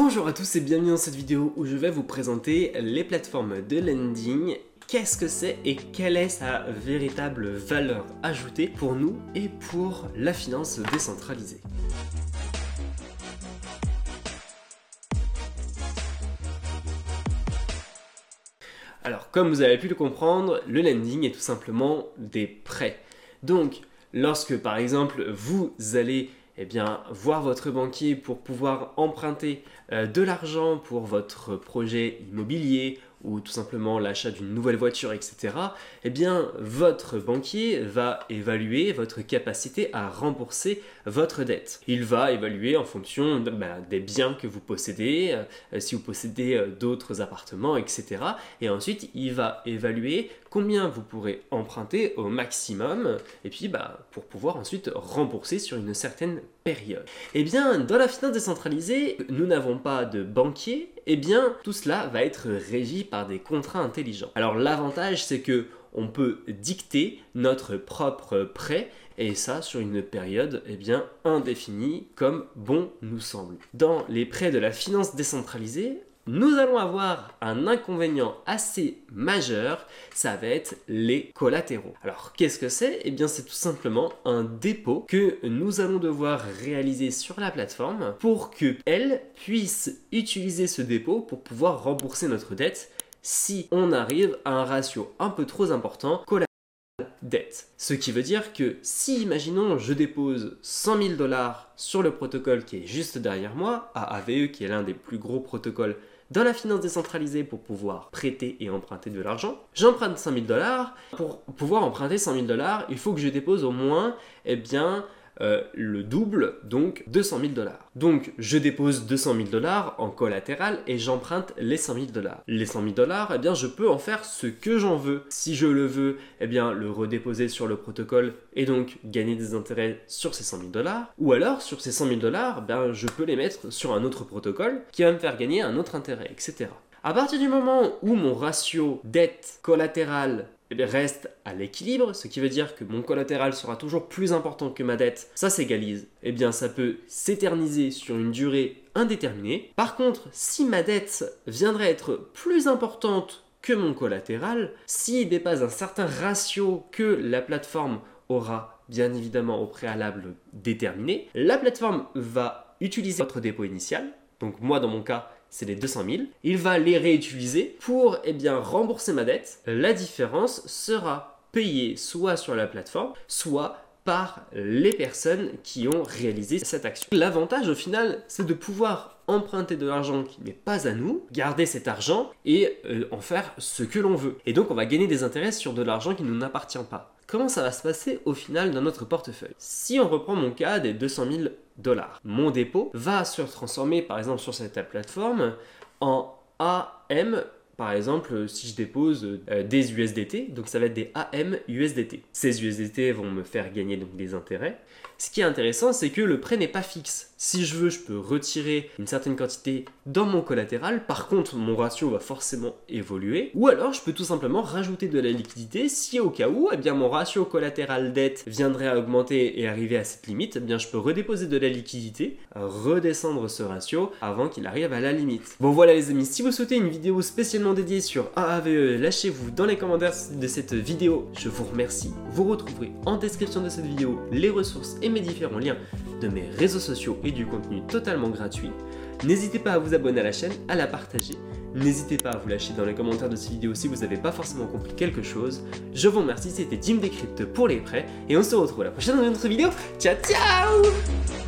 Bonjour à tous et bienvenue dans cette vidéo où je vais vous présenter les plateformes de lending. Qu'est-ce que c'est et quelle est sa véritable valeur ajoutée pour nous et pour la finance décentralisée. Alors, comme vous avez pu le comprendre, le lending est tout simplement des prêts. Donc, lorsque par exemple vous allez voir votre banquier pour pouvoir emprunter de l'argent pour votre projet immobilier ou tout simplement l'achat d'une nouvelle voiture, etc., votre banquier va évaluer votre capacité à rembourser votre dette. Il va évaluer en fonction des biens que vous possédez, si vous possédez d'autres appartements, etc. Et ensuite, il va évaluer combien vous pourrez emprunter au maximum et puis pour pouvoir ensuite rembourser sur une certaine période. Dans la finance décentralisée, nous n'avons pas de banquier, tout cela va être régi par des contrats intelligents. Alors l'avantage, c'est que on peut dicter notre propre prêt et ça sur une période indéfinie comme bon nous semble. Dans les prêts de la finance décentralisée, nous allons avoir un inconvénient assez majeur, ça va être les collatéraux. Alors qu'est-ce que c'est ? C'est tout simplement un dépôt que nous allons devoir réaliser sur la plateforme pour qu'elle puisse utiliser ce dépôt pour pouvoir rembourser notre dette si on arrive à un ratio un peu trop important dette. Ce qui veut dire que si, imaginons, je dépose 100 000 $ sur le protocole qui est juste derrière moi, AAVE, qui est l'un des plus gros protocoles dans la finance décentralisée pour pouvoir prêter et emprunter de l'argent, j'emprunte 100 000 $. Pour pouvoir emprunter 100 000 $, il faut que je dépose au moins le double, donc 200 000 $. Donc je dépose 200 000 $ en collatéral et j'emprunte les 100 000 $. Les 100 000 $, je peux en faire ce que j'en veux. Si je le veux, le redéposer sur le protocole et donc gagner des intérêts sur ces 100 000 $. Ou alors sur ces 100 000 $, je peux les mettre sur un autre protocole qui va me faire gagner un autre intérêt, etc. À partir du moment où mon ratio dette collatérale reste à l'équilibre, ce qui veut dire que mon collatéral sera toujours plus important que ma dette, ça s'égalise, ça peut s'éterniser sur une durée indéterminée. Par contre, si ma dette viendrait être plus importante que mon collatéral, s'il dépasse un certain ratio que la plateforme aura bien évidemment au préalable déterminé, la plateforme va utiliser votre dépôt initial, donc moi dans mon cas, c'est les 200 000. Il va les réutiliser pour rembourser ma dette. La différence sera payée soit sur la plateforme, soit par les personnes qui ont réalisé cette action. L'avantage au final, c'est de pouvoir emprunter de l'argent qui n'est pas à nous, garder cet argent et en faire ce que l'on veut. Et donc on va gagner des intérêts sur de l'argent qui ne nous appartient pas. Comment ça va se passer au final dans notre portefeuille ? Si on reprend mon cas des 200 000 $, mon dépôt va se transformer par exemple sur cette plateforme en AM. Par exemple, si je dépose des USDT, donc ça va être des AM USDT. Ces USDT vont me faire gagner donc des intérêts. Ce qui est intéressant, c'est que le prêt n'est pas fixe. Si je veux, je peux retirer une certaine quantité dans mon collatéral. Par contre, mon ratio va forcément évoluer. Ou alors, je peux tout simplement rajouter de la liquidité si au cas où mon ratio collatéral dette viendrait à augmenter et arriver à cette limite, je peux redéposer de la liquidité, redescendre ce ratio avant qu'il arrive à la limite. Bon voilà les amis, si vous souhaitez une vidéo spécialement dédiée sur AAVE, lâchez-vous dans les commentaires de cette vidéo. Je vous remercie. Vous retrouverez en description de cette vidéo les ressources et mes différents liens de mes réseaux sociaux et du contenu totalement gratuit. N'hésitez pas à vous abonner à la chaîne, à la partager. N'hésitez pas à vous lâcher dans les commentaires de cette vidéo si vous n'avez pas forcément compris quelque chose. Je vous remercie, c'était Jim Decrypt pour les prêts et on se retrouve à la prochaine dans une autre vidéo. Ciao ciao!